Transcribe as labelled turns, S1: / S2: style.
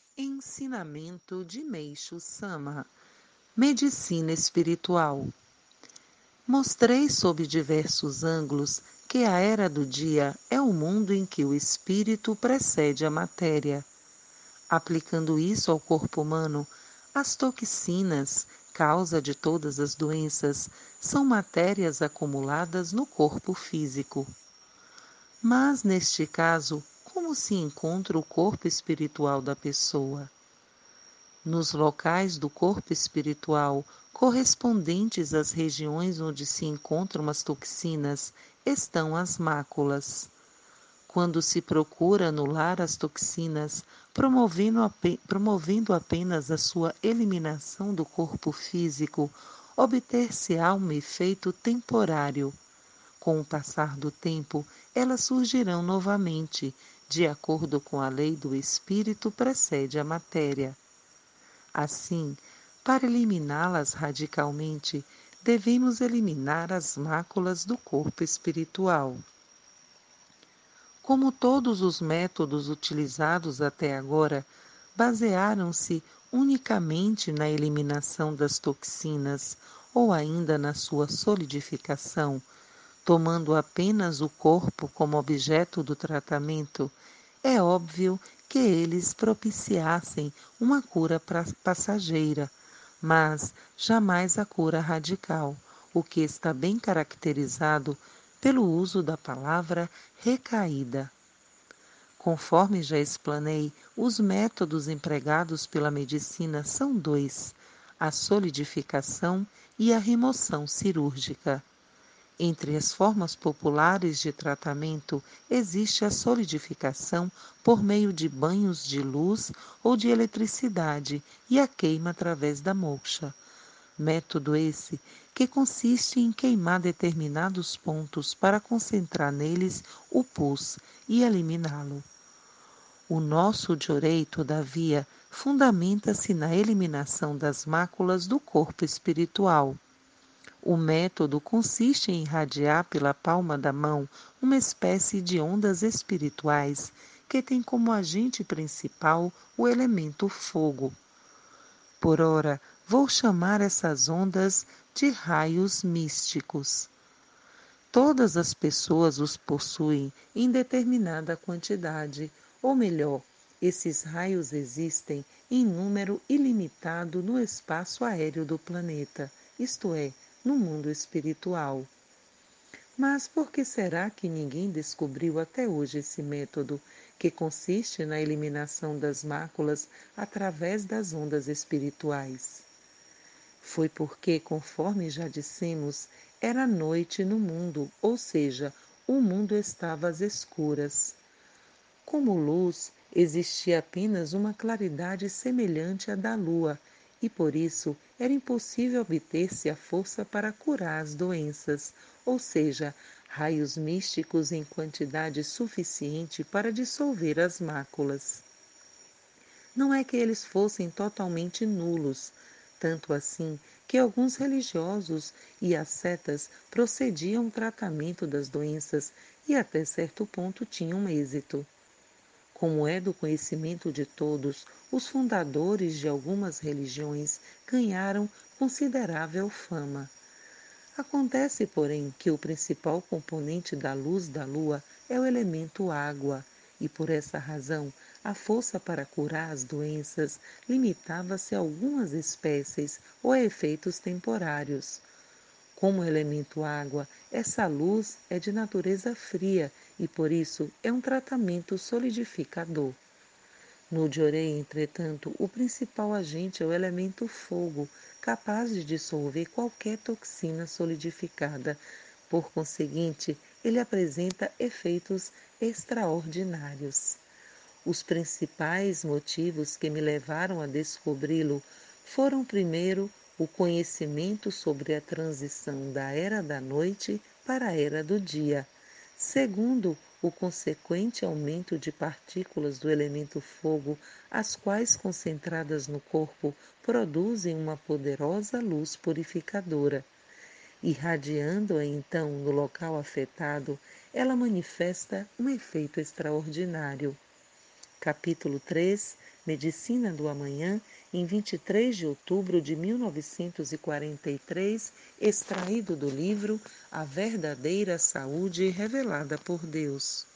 S1: Ensinamento de Meixo Sama. Medicina espiritual. Mostrei sob diversos ângulos que a era do dia é o mundo em que o espírito precede a matéria. Aplicando isso ao corpo humano, as toxinas, causa de todas as doenças, são matérias acumuladas no corpo físico. Mas, neste caso, como se encontra o corpo espiritual da pessoa? Nos locais do corpo espiritual, correspondentes às regiões onde se encontram as toxinas, estão as máculas. Quando se procura anular as toxinas, promovendo apenas a sua eliminação do corpo físico, obter-se-á um efeito temporário. Com o passar do tempo, elas surgirão novamente, de acordo com a lei do espírito precede a matéria. Assim, para eliminá-las radicalmente, devemos eliminar as máculas do corpo espiritual. Como todos os métodos utilizados até agora basearam-se unicamente na eliminação das toxinas ou ainda na sua solidificação, tomando apenas o corpo como objeto do tratamento, é óbvio que eles propiciassem uma cura passageira, mas jamais a cura radical, o que está bem caracterizado pelo uso da palavra recaída. Conforme já explanei, os métodos empregados pela medicina são dois: a solidificação e a remoção cirúrgica. Entre as formas populares de tratamento existe a solidificação por meio de banhos de luz ou de eletricidade e a queima através da moxa. Método esse que consiste em queimar determinados pontos para concentrar neles o pus e eliminá-lo. O nosso Jorei, todavia, fundamenta-se na eliminação das máculas do corpo espiritual. O método consiste em irradiar pela palma da mão uma espécie de ondas espirituais que tem como agente principal o elemento fogo. Por ora, vou chamar essas ondas de raios místicos. Todas as pessoas os possuem em determinada quantidade, ou melhor, esses raios existem em número ilimitado no espaço aéreo do planeta, isto é, no mundo espiritual. Mas por que será que ninguém descobriu até hoje esse método, que consiste na eliminação das máculas através das ondas espirituais? Foi porque, conforme já dissemos, era noite no mundo, ou seja, o mundo estava às escuras. Como luz, existia apenas uma claridade semelhante à da lua, e por isso era impossível obter-se a força para curar as doenças, ou seja, raios místicos em quantidade suficiente para dissolver as máculas. Não é que eles fossem totalmente nulos, tanto assim que alguns religiosos e ascetas procediam ao tratamento das doenças e até certo ponto tinham êxito. Como é do conhecimento de todos, os fundadores de algumas religiões ganharam considerável fama. Acontece, porém, que o principal componente da luz da lua é o elemento água, e por essa razão a força para curar as doenças limitava-se a algumas espécies ou a efeitos temporários. Como elemento água, essa luz é de natureza fria e por isso é um tratamento solidificador. No Diorei, entretanto, o principal agente é o elemento fogo, capaz de dissolver qualquer toxina solidificada. Por conseguinte, ele apresenta efeitos extraordinários. Os principais motivos que me levaram a descobri-lo foram, primeiro, o conhecimento sobre a transição da era da noite para a era do dia. Segundo, o consequente aumento de partículas do elemento fogo, as quais, concentradas no corpo, produzem uma poderosa luz purificadora. Irradiando-a então no local afetado, ela manifesta um efeito extraordinário. capítulo 3, Medicina do Amanhã, em 23 de outubro de 1943, extraído do livro A Verdadeira Saúde Revelada por Deus.